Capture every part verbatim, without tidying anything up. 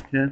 כן?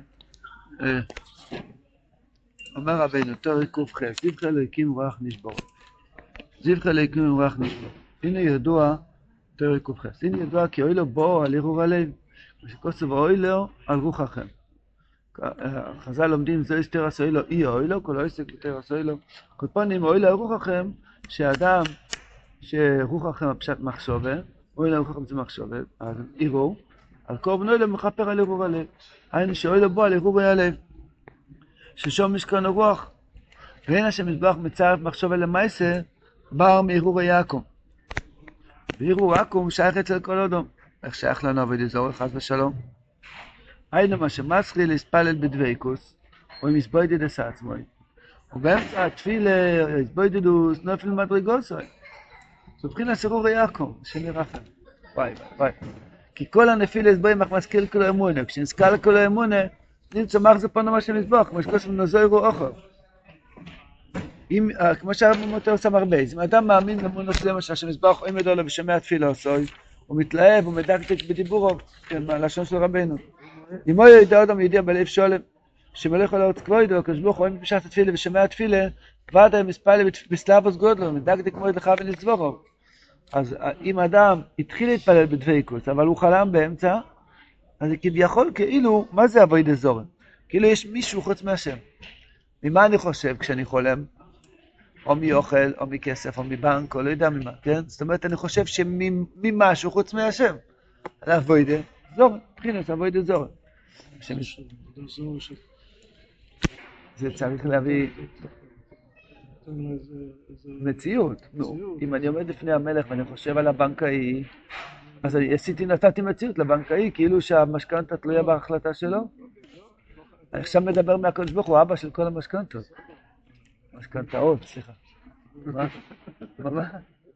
אומר רבינו, תורי ק"ח, זיווך אלוהיקים ורח נשבור. זיווך אלוהיקים ורח נשבור. הנה ידוע, תורי ק"ח, הנה ידוע כי אוי לו בו על ערעור הלב, ושכוסו ואוי לו על רוחכם. חז"ל לומדים זו אסתר עשוי לו אי אוי לו, כל עסק יותר עשוי לו. כל פנים אוי לו על רוחכם, שאדם שרוחכם הפשט מחשובה, אוי לו על רוחכם זה מחשובה, אז ערעור, על קורבן אוי לו מכפר על ערעור הלב. היינו שאוי לו בו על ערעור הלב. ששום משכון הרוח, ואין השם מזבח מצרף מחשבה למעשה, בר מערעור יעקב. וערעור יעקב שייך אצל כל אדם. איך שייך לנו עבודת זרה חס ושלום? היינו מה שמסחיל להספלל בדבקות, או עם הסבודדוס עצמוי. ובאמצע התפילה, הסבודדוס נופל מדרגוסוי. זו מבחינת ערעור יעקב, השם ירחם. וואי וואי. כי כל הנפילס באים אך משכיל כל האמונה. כשנזכר כל האמונה, נמצא מחזור פנו מה שמזבוח, כמו שכוסם נזוירו אוכל. אם, כמו שהרב מוטר עושה מרבייז, אם אדם מאמין למונו שלמה שהשמזבח עומד עליו ושומע תפילה עשוי, הוא מתלהב, הוא מדקדק בדיבורו, כן, מהלשון של רבנו. אם הוא ידע אדם ידיע בלב שולם, שמלך על הארץ כבודו, כשבוך עומד בשעת התפילה ושומע תפילה, כבר די מספל בסלאבוס גודלו, מדקדק מועד לך ונצבורו. אז אם אדם התחיל להתפלל בדבקות, אבל הוא חלם באמצע, אז כביכול כאילו, מה זה עבודת זרה? כאילו יש מישהו חוץ מהשם. ממה אני חושב כשאני חולם? או מאוכל, או מכסף, או מבנק, או לא יודע ממה, כן? זאת אומרת, אני חושב שממשהו חוץ מהשם. על עבודת זרה, מבחינת עבודת זרה. זה צריך להביא מציאות. אם אני עומד לפני המלך ואני חושב על הבנקאי, אז עשיתי, נתתי מציאות לבנקאי, כאילו שהמשכנתא תלויה בהחלטה שלו. אני עכשיו מדבר מהקדוש ברוך הוא, אבא של כל המשכנתות. משכנתאות, סליחה. מה? מה?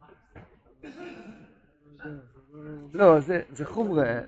לא, זה חומרה.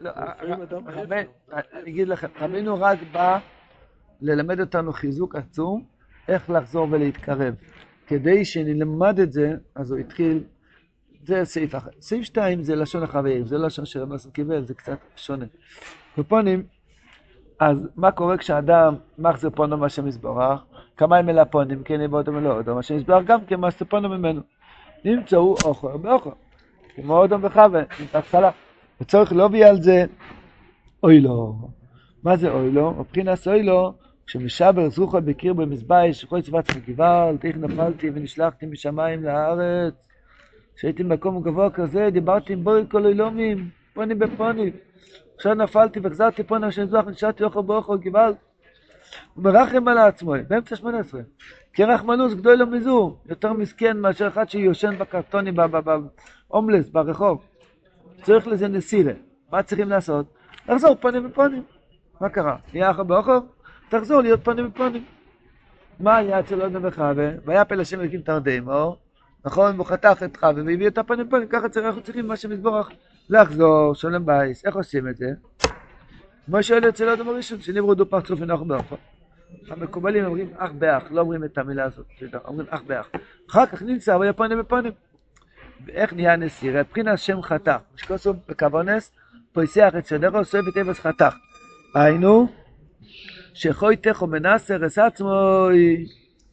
אני אגיד לכם, רבינו רק בא ללמד אותנו חיזוק עצום, איך לחזור ולהתקרב. כדי שנלמד את זה, אז הוא התחיל, זה סעיף אחר. סעיף שתיים זה לשון החברים, זה לשון של המסר קיבל, זה קצת שונה. בפונים, אז מה קורה כשאדם מחזיר פונו מה שמסבורך? כמה הם אל הפונים, כן יבוא אותם אלא אדם, מה שמסבורך גם כן מחזיר פונו ממנו. נמצאו אוכל באוכל, כמו אדם וחווה, נמצא התחלה. וצריך להביא על זה, אוי לו. מה זה אוי לו? מבחינת אוי לו, כשמשבר זרוחו בקיר במזבח, שכל צוות גוואלד, איך נפלתי ונשלחתי משמיים לארץ, כשהייתי במקום גבוה כזה, דיברתי עם בורא כל אילומים, פונים בפונים. עכשיו נפלתי והחזרתי פונים השם זבח, נשארתי אוכל באוכל גוואלד. הוא מרחם על עצמו, באמצע שמונה עשרה. כי רחמנוס גדול לו מזו, יותר מסכן מאשר אחד שיושן בקרטוני, בהומלס, ברחוב. צריך לזה נסירה. מה צריכים לעשות? לחזור פונים בפונים. מה קרה? נהיה אוכל באוכל? תחזור להיות פנים בפנים. מה היה אצל אדם וחווה? והיה פלא השם אלוקים תרדמו, נכון? הוא חתך את חווה והביא את הפנים בפנים. ככה אנחנו צריכים מה שמסבורך לחזור, שלום בייס. איך עושים את זה? כמו שואל אצל אדם הראשון, שנברו דו פרצוף ונוח באוכל. המקובלים אומרים אח באח, לא אומרים את המילה הזאת, אומרים אח באח. אחר כך נמצא, והיה פנים בפנים. ואיך נהיה נסירה? בחינת שם חתך. משקוסו בכוונס, פויסח את סדרו, סויב את אבס חתך. היינו, שחוי תכו מנסר אס עצמוי,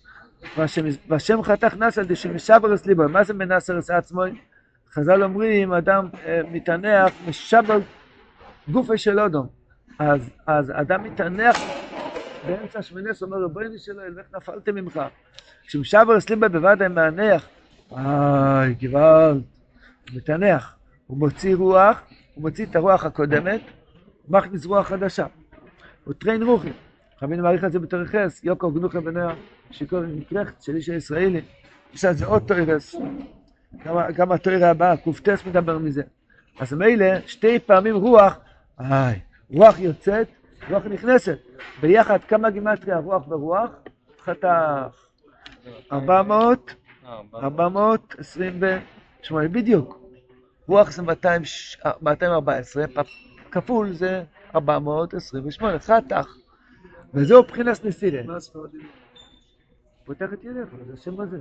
והשם חתך נסר די שמשבר אס ליבו. מה זה מנסר אס עצמוי? חז"ל אומרים, אדם מתענח, משבר גופה של אדם. אז, אז אדם מתענח באמצע שמינס, אומר רבוני שלו, איך נפלתם ממך? כשמשבר אס ליבו בוודאי מענח, איי, גוואלד, הוא מתענח. הוא מוציא רוח, הוא מוציא את הרוח הקודמת, מכניס רוח חדשה. הוא טריין רוחי. רבינו מעריך את זה בתורכס, יוקר גנוחה בניה, שיקור נקרחת של איש הישראלי. יש על זה עוד תוירס. גם התוירה הבאה, קופטס מדבר מזה. אז מילא, שתי פעמים רוח, איי, רוח יוצאת, רוח נכנסת. ביחד כמה גימטריה רוח ברוח? חתך. ארבע מאות, ארבע מאות עשרים ושמונה, בדיוק. רוח זה מאתיים וארבע עשרה, כפול זה ארבע מאות עשרים ושמונה, חתך. וזהו בחינת נסירה. מה הספרדים? פותח את ידיך, זה השם הזה.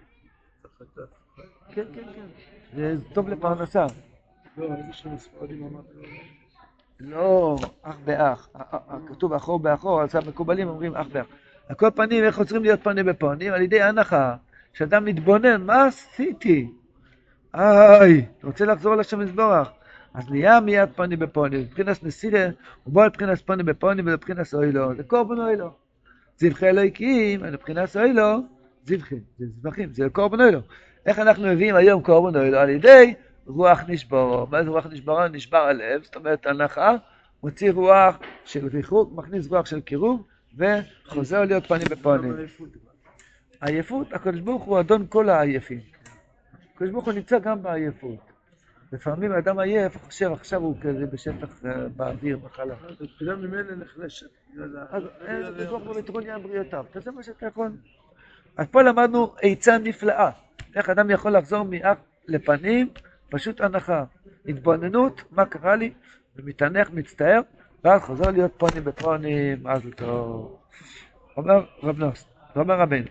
כן, כן, כן. זה טוב לפרנסה. לא, איזה שם הספרדים אמרת? לא אח באח, כתוב אחור באחור, אז המקובלים אומרים אח באח. על כל פנים, איך חוזרים להיות פנים בפנים? על ידי הנחה, שאדם מתבונן, מה עשיתי? איי, אתה רוצה לחזור לשם יזברך? אז נהיה מיד פנים בפנים, מבחינת נסירה, הוא בא לבחינת פנים בפנים ולבחינת אוילו, זה קורבן אוילו. זבחי אלוהיקים, מבחינת אוילו, זבחי, זה זבחים, זה קורבן אוילו. איך אנחנו מביאים היום קורבן אוילו? על ידי רוח נשברו. מה זה רוח נשברו? נשבר הלב, זאת אומרת הנחה, מוציא רוח של ריחוק, מכניס רוח של קירוב, וחוזר להיות פנים בפנים. עייפות, הקדוש ברוך הוא אדון כל העייפים. הקדוש ברוך הוא נמצא גם בעייפות. לפעמים האדם עייף, חושב עכשיו הוא כזה בשטח באוויר, בחלל. וגם ממילא נחלשת. אז הקדוש ברוך הוא מטרוניה בריאותיו, זה מה שאתה יכול. אז פה למדנו עצה נפלאה. איך אדם יכול לחזור מאח לפנים, פשוט הנחה. התבוננות, מה קרה לי, ומתענך, מצטער, ואז חוזר להיות פונים בפונים, אז אותו. אומר רב נוס, אומר רבנו.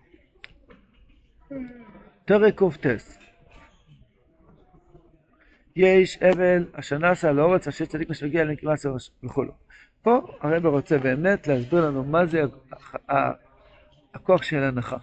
תראה קופטס. יש אבל השנה עשה על האורץ, אשר צדיק משווגיע לנקמה סורש וכו'. פה הרב רוצה באמת להסביר לנו מה זה הכוח של הנחה.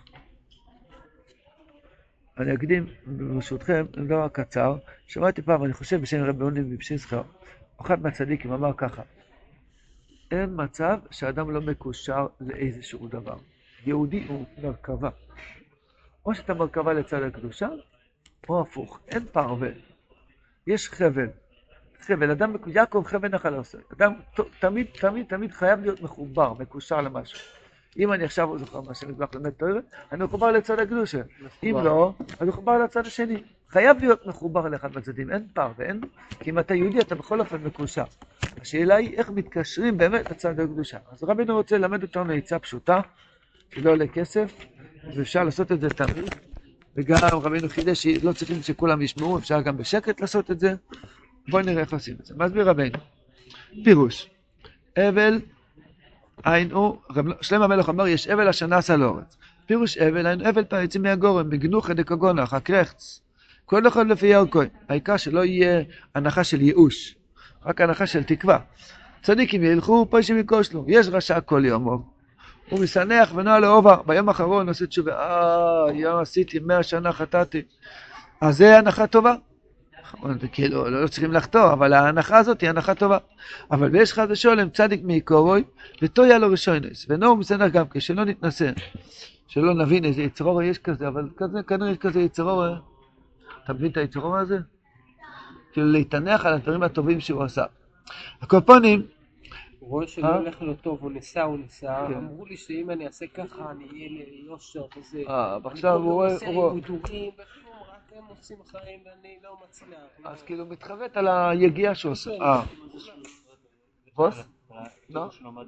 אני אקדים ברשותכם דבר קצר. שמעתי פעם, אני חושב בשם רבי עוני מבשינסקר, אחד מהצדיקים אמר ככה, אין מצב שאדם לא מקושר לאיזשהו דבר. יהודי הוא מרכבה. או שאתה מרכבה לצד הקדושה, או הפוך. אין פרווה. יש חבל. חבל, אדם, יעקב חבל נחל עושה. אדם תמיד, תמיד, תמיד חייב להיות מחובר, מקושר למשהו. אם אני עכשיו זוכר מה שנקבח למד תואר, אני מחובר לצד הקדושה. אם לא, אני מחובר לצד השני. חייב להיות מחובר לאחד מהצדים. אין פער ואין, כי אם אתה יהודי, אתה בכל אופן מקושר. השאלה היא איך מתקשרים באמת לצד הקדושה. אז רבינו רוצה ללמד אותנו עצה פשוטה, שלא עולה כסף, ואפשר לעשות את זה תמיד. וגם רבינו חידש שלא צריכים שכולם ישמעו, אפשר גם בשקט לעשות את זה. בואו נראה איך עושים את זה. מסביר רבינו. פירוש. אבל היינו, שלמה המלך אומר, יש אבל השנה עשה לאורץ. פירוש אבל, היינו אבל פריצים מהגורם, בגנוחה דקגונח, הקרחץ. כל אחד לפי ירקוי. העיקר שלא יהיה הנחה של ייאוש, רק הנחה של תקווה. צדיקים ילכו, פוישים יקושלו. יש רשע כל יום. הוא משנח ונוע לאובר. ביום האחרון עושה תשובה, אה, יום עשיתי מאה שנה חטאתי. אז זה הנחה טובה. כאילו, לא צריכים לחתור, אבל ההנחה הזאת היא הנחה טובה. אבל ויש חד ושולם צדיק מעיקורוי, ותויה לו ראשונס, ונור מסנח גם כשלא נתנסה, שלא נבין איזה יצרור יש כזה, אבל כזה, כנראה יש כזה יצרור, אתה מבין את היצרור הזה? כאילו להתענח על הדברים הטובים שהוא עשה. הקופונים, הוא רואה שלא הולך לו טוב, הוא ניסה, הוא ניסה, אמרו לי שאם אני אעשה ככה, אני אהיה ליושר וזה. אה, ועכשיו הוא רואה, הוא עושה עידורים, רק הם עושים חיים ואני לא מצליח. אז כאילו מתחבט על היגיעה שהוא עושה. אה. בוס? לא?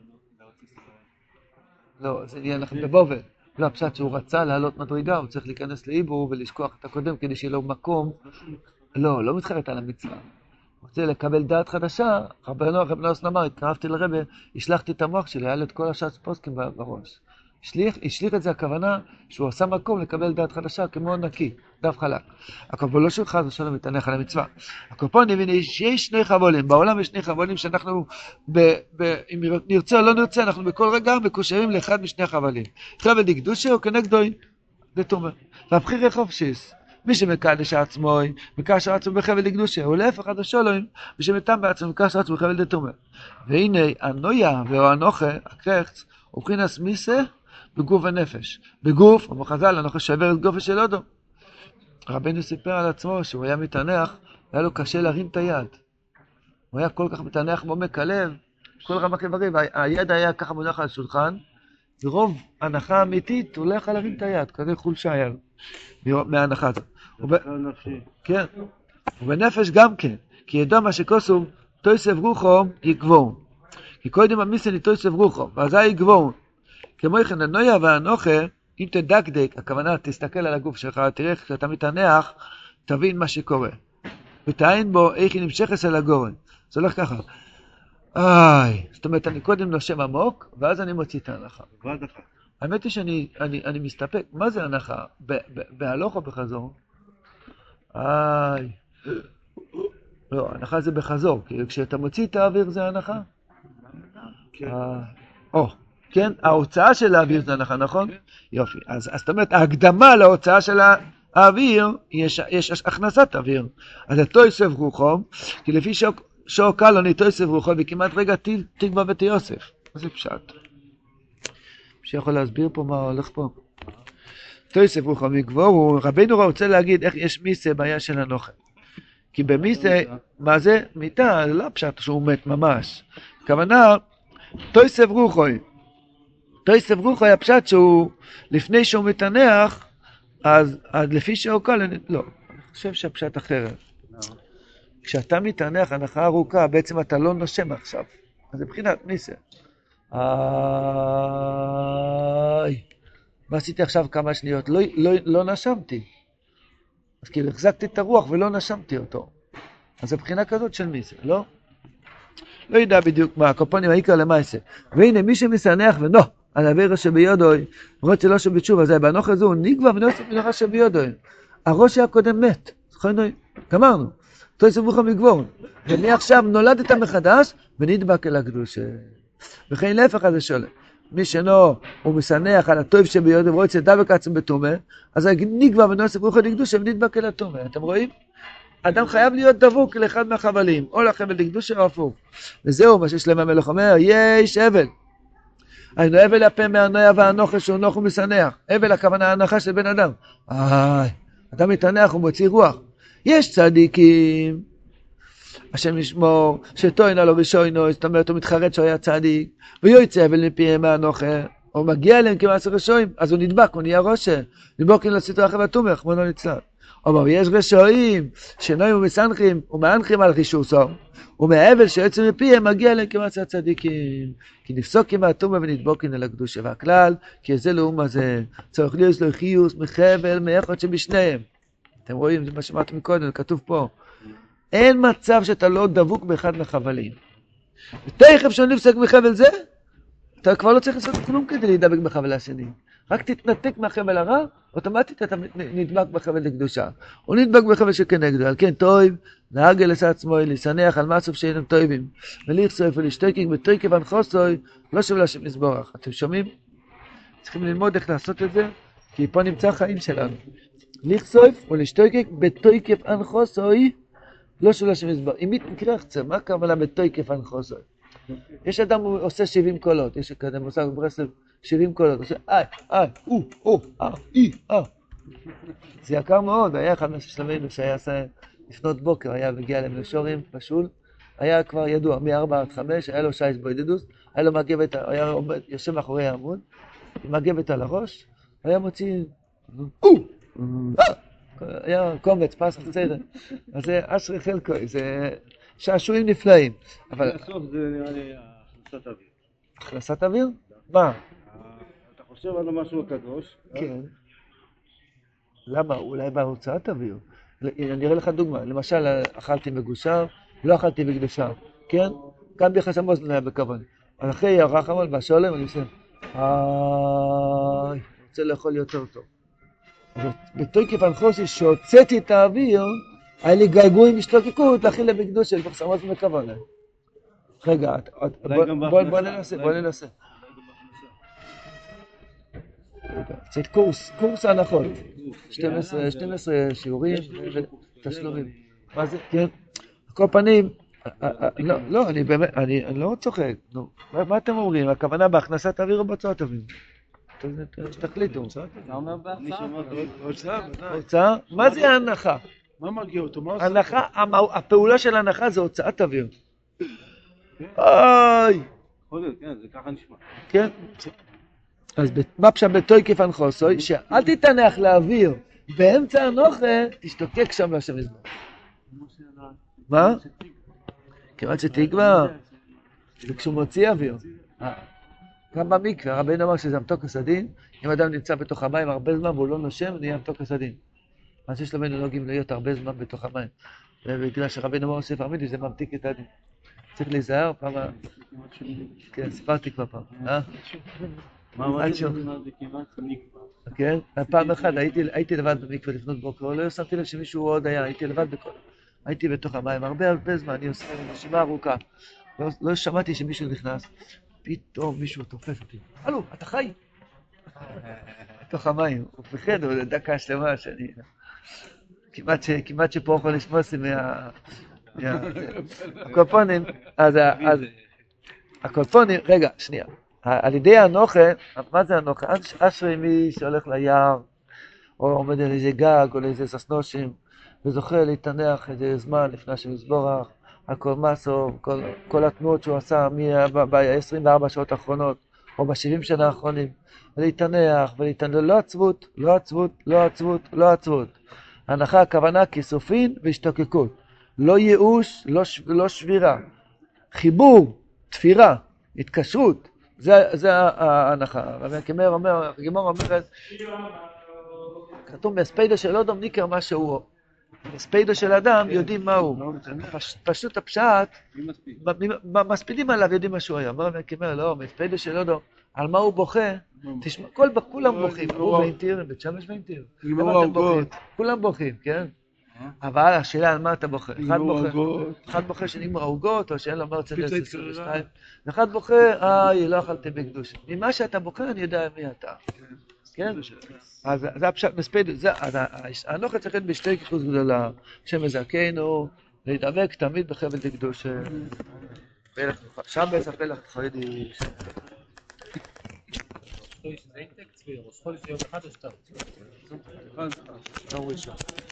לא, זה נהיה לכם בבובל. לא, הפשט שהוא רצה לעלות מדרגה, הוא צריך להיכנס לעיבור ולשכוח את הקודם כדי שיהיה לו מקום. לא, לא מתחבט על המצווה. הוא רוצה לקבל דעת חדשה. רבנו, רבנו אוסן אמר, התקרבתי לרבי, השלחתי את המוח שלי, היה לו את כל השעת פוסקים בראש. השליך, השליך את זה הכוונה שהוא עשה מקום לקבל דעת חדשה כמו נקי, דף חלק. הקופון לא שלך, זה שלא מתענך על המצווה. הקופון הבין שיש שני חבולים, בעולם יש שני חבולים שאנחנו, ב, ב, אם נרצה או לא נרצה, אנחנו בכל רגע מקושרים לאחד משני חבלים. חבל דקדושה או כנגדוי, זה תומר. והבחירי חופשיס. מי שמקדש עצמו, מקדש עצמו בחבל דקדושה, או להפך עד השולוים, מי שמתם בעצמו, מקדש עצמו בחבל דתומר. והנה, הנויה ואו הנוחה, הקרחץ, ובחינס מיסה, בגוף הנפש. בגוף, כמו חז"ל, אנחנו שבר את גופו של אודו. רבנו סיפר על עצמו שהוא היה מתענח, היה לו קשה להרים את היד. הוא היה כל כך מתענח בעומק הלב, כל רמ"ח איברים, היד היה ככה מונח על השולחן, ברוב הנחה אמיתית הוא לא יכול להרים את היד, כזה חולשה היה לו, מההנחה הזאת. כן, ובנפש גם כן, כי ידע מה שכוסו, תויסב רוחו יגבון. כי קודם המיסן היא תויסב רוחו, ואזי יגבון. כמו כן, הנויה והנוחה, אם תדקדק, הכוונה, תסתכל על הגוף שלך, תראה כשאתה מתענח, תבין מה שקורה. ותעין בו איך היא נמשכת על הגורן. זה הולך ככה. איי, זאת אומרת, אני קודם נושם עמוק, ואז אני מוציא את ההנחה. האמת היא שאני אני, אני מסתפק, מה זה הנחה? בהלוך או בחזור? איי. לא, הנחה זה בחזור, כי כשאתה מוציא את האוויר זה הנחה. כן. או, כן, ההוצאה של האוויר זה הנחה, נכון? יופי, אז זאת אומרת, ההקדמה להוצאה של האוויר, יש הכנסת אוויר. אז זה תויסף רוחו, כי לפי שור קלוני תויסף רוחו, וכמעט רגע תקווה ותיוסף. מה זה פשט? שיכול להסביר פה מה הולך פה? תויסף רוחו מגבור, רבינו רוצה להגיד איך יש מיסה בעיה של הנוכל. כי במיסה, מה זה? מיטה, זה לא פשט שהוא מת ממש. הכוונה, תויסף רוחוי. תויסף רוחוי הפשט שהוא, לפני שהוא מתענח, אז, אז לפי שהוא קל, לא. אני חושב שהפשט אחרת. כשאתה מתענח הנחה ארוכה, בעצם אתה לא נושם עכשיו. אז זה בחינת מיסה. איי, מה עשיתי עכשיו כמה שניות? לא, לא, לא נשמתי. אז כאילו החזקתי את הרוח ולא נשמתי אותו. אז זה בחינה כזאת של מיסה, לא? לא יודע בדיוק מה, הקופונים העיקר למעשה. והנה מי שמסנח ונו, על העבירה שביודוי, רוצה לא שבתשוב, אז בנוח הזו, נגבה ונוסף מנוחה שביודוי. הראש הקודם מת, זכרנו, גמרנו. תויסף רוחו מגבור. ומי עכשיו נולדת מחדש, ונדבק אל הקדוש. וכן להפך הזה שולה. מי שנו, הוא מסנח על הטוב שביודוי, ורוצה דבק עצם בתומה, אז נגבה ונוסף רוחו לקדוש, ונדבק אל התומה. אתם רואים? אדם חייב להיות דבוק לאחד מהחבלים, או לחבל לקדושה או הפוך. וזהו מה ששלם המלך אומר, יש אבל. היינו אבל הפה מהנויה והנוחה שהוא נוח ומסנח. אבל הכוונה ההנחה של בן אדם. איי, אדם מתענח ומוציא רוח. יש צדיקים, השם ישמור, שטוענה לו ושוינו, זאת אומרת הוא מתחרט שהוא היה צדיק, ויוצא אבל מפיהם מהנוחה, או מגיע אליהם כמעשר רשועים, אז הוא נדבק, הוא נהיה ראשה, נדבוק אין לסיטו אחר ותומך, מונו נצלח. אבל יש רשעים שנויים ומסנחים ומאנחים על חישוסו, ומהאבל שיוצא מפיהם מגיע אליהם כמעשר צדיקים, כי נפסוק כמעט תומה ונדבוקין אל הקדושה והכלל, כי זה לאום הזה, צריך להיות לו חיוס מחבל מאחד שבשניהם. אתם רואים, זה מה שאמרתי מקודם, זה כתוב פה. אין מצב שאתה לא דבוק באחד מהחבלים. ותכף שאני נפסק מחבל זה, אתה כבר לא צריך לעשות כלום כדי להידבק בחבל השני. רק תתנתק מהחבל הרע, אוטומטית אתה נדבק בחבל לקדושה. הוא נדבק בחבל שכנגדו, על כן טויב, נהגל עשה עצמו, לסנח על מעשוף שאינם טויבים, ולכסוף ולשתויקיק בתויקב הנחוסוי, לא שווה לשם לסבורך. אתם שומעים? צריכים ללמוד איך לעשות את זה, כי פה נמצא החיים שלנו. לכסוף ולשתויקיק בתויקב הנחוסוי, לא שווה לשם לסבורך. אם מתקרח קצת, מה הכוונה בתויקב הנחוסוי? יש אדם הוא עושה שבעים קולות, יש אדם עושה בברסלב שבעים קולות, עושה איי, איי, או, או, אה, אי, אה. זה יקר מאוד, היה אחד מהשלמינו שהיה עשה לפנות בוקר, היה מגיע להם לשורים, פשול, היה כבר ידוע, מ-ארבע עד חמש, היה לו שייס בוידדוס, היה לו מגבת, היה עומד, יושב מאחורי העמוד, מגבת על הראש, היה מוציא, או, אה, היה קומץ, פס חצר, אז זה אשרי חלקוי, זה שעשועים נפלאים. אבל בסוף זה נראה לי הכנסת אוויר. הכנסת אוויר? מה? אתה חושב על משהו קדוש? כן. למה? אולי בהוצאת אוויר. אני אראה לך דוגמה. למשל, אכלתי מגושר, לא אכלתי בקדושה. כן? גם ביחס המוזן היה בכוון. אז אחרי הרחמון והשולם, אני עושה, איי, רוצה לאכול יותר טוב. בתוקף הנחוסי שהוצאתי את האוויר, היה לי געגועים השתוקקות להכיל לבקדוש של ביחס המוזן בכוון. רגע, בוא ננסה, בוא ננסה. זה קורס, קורס ההנחות. שתים עשרה שיעורים ותשלומים. מה זה? כן. כל פנים, לא, לא, אני באמת, אני לא צוחק. מה אתם אומרים? הכוונה בהכנסת אוויר או בהוצאת אוויר? תחליטו. אתה אומר בהצעה? הוצאה? מה זה ההנחה? מה מרגיע אותו? הנחה, הפעולה של ההנחה זה הוצאת אוויר. איי! כן, זה ככה נשמע. כן? אז מה פשוט בתויקף הנחוסוי, שאל תתענח לאוויר, באמצע הנוחה, תשתוקק שם לשם מזמור. מה? כמעט שתקווה, זה כשהוא מוציא אוויר. גם במקווה, רבינו אמר שזה המתוק הסדין, אם אדם נמצא בתוך המים הרבה זמן והוא לא נושם, נהיה המתוק הסדין. מה שיש לבינו נוהגים להיות הרבה זמן בתוך המים. ובגלל שרבינו אמר ספר עמידי, זה ממתיק את הדין. צריך להיזהר פעם... כן, סיפרתי כבר פעם. אה? מה זה כמעט נקבע? כן? פעם אחת הייתי לבד במקווה לפנות בוקר, לא שמתי לב שמישהו עוד היה, הייתי לבד בכל... הייתי בתוך המים הרבה הרבה זמן, אני עושה נשימה ארוכה. לא, לא שמעתי שמישהו נכנס, פתאום מישהו תופס אותי. הלו, אתה חי? בתוך המים, הוא פחד, הוא דקה שלמה שאני... כמעט, ש... כמעט שפה יכול לשמוע מה... מה... הקולפונים, אז... אז... הקולפונים, רגע, שנייה. על ידי הנוכה, מה זה הנוכה? אשרי מי שהולך ליער, או עומד על איזה גג, או לאיזה ססנושים, וזוכה להתענח איזה זמן לפני שמסבורך, הכל מסוב, כל, כל התנועות שהוא עשה ב-עשרים וארבע שעות האחרונות, או ב-שבעים שנה האחרונים, ולהתענח, ולהתענח, לא עצבות, לא עצבות, לא עצבות, לא עצבות. הנחה הכוונה כיסופין והשתוקקות. לא ייאוש, לא, ש... לא שבירה. חיבור, תפירה, התקשרות, זה, זה ההנחה. רבי הכמר אומר, הגמור אומרת, כתוב בספיידו של אדם ניקר מה שהוא. בספיידו של אדם יודעים מה הוא. פש, פשוט הפשט, מספידים עליו יודעים מה שהוא היה. אומר רבי הכמר, לא, בספיידו של אדם, על מה הוא בוכה? תשמע, כל, כולם בוכים. הוא ואינטיר, בית שמש ואינטיר. כולם בוכים, כן? אבל השאלה על מה אתה בוכה? אחד בוכה שנגמר העוגות, או שאין לו מרצדס עשרים ושתיים, ואחד בוכה, איי, לא אכלתי בקדוש. ממה שאתה בוכה אני יודע מי אתה. כן? אז זה הפשט מספיד, הנוכה צריך להיות בשתי כיחוס גדולה, שמזכנו, להידבק תמיד בחבל דקדוש. שם בעצם פלח חיידי. זה אינטקט, ראש חודש יום אחד או שתיים? לא ראשון.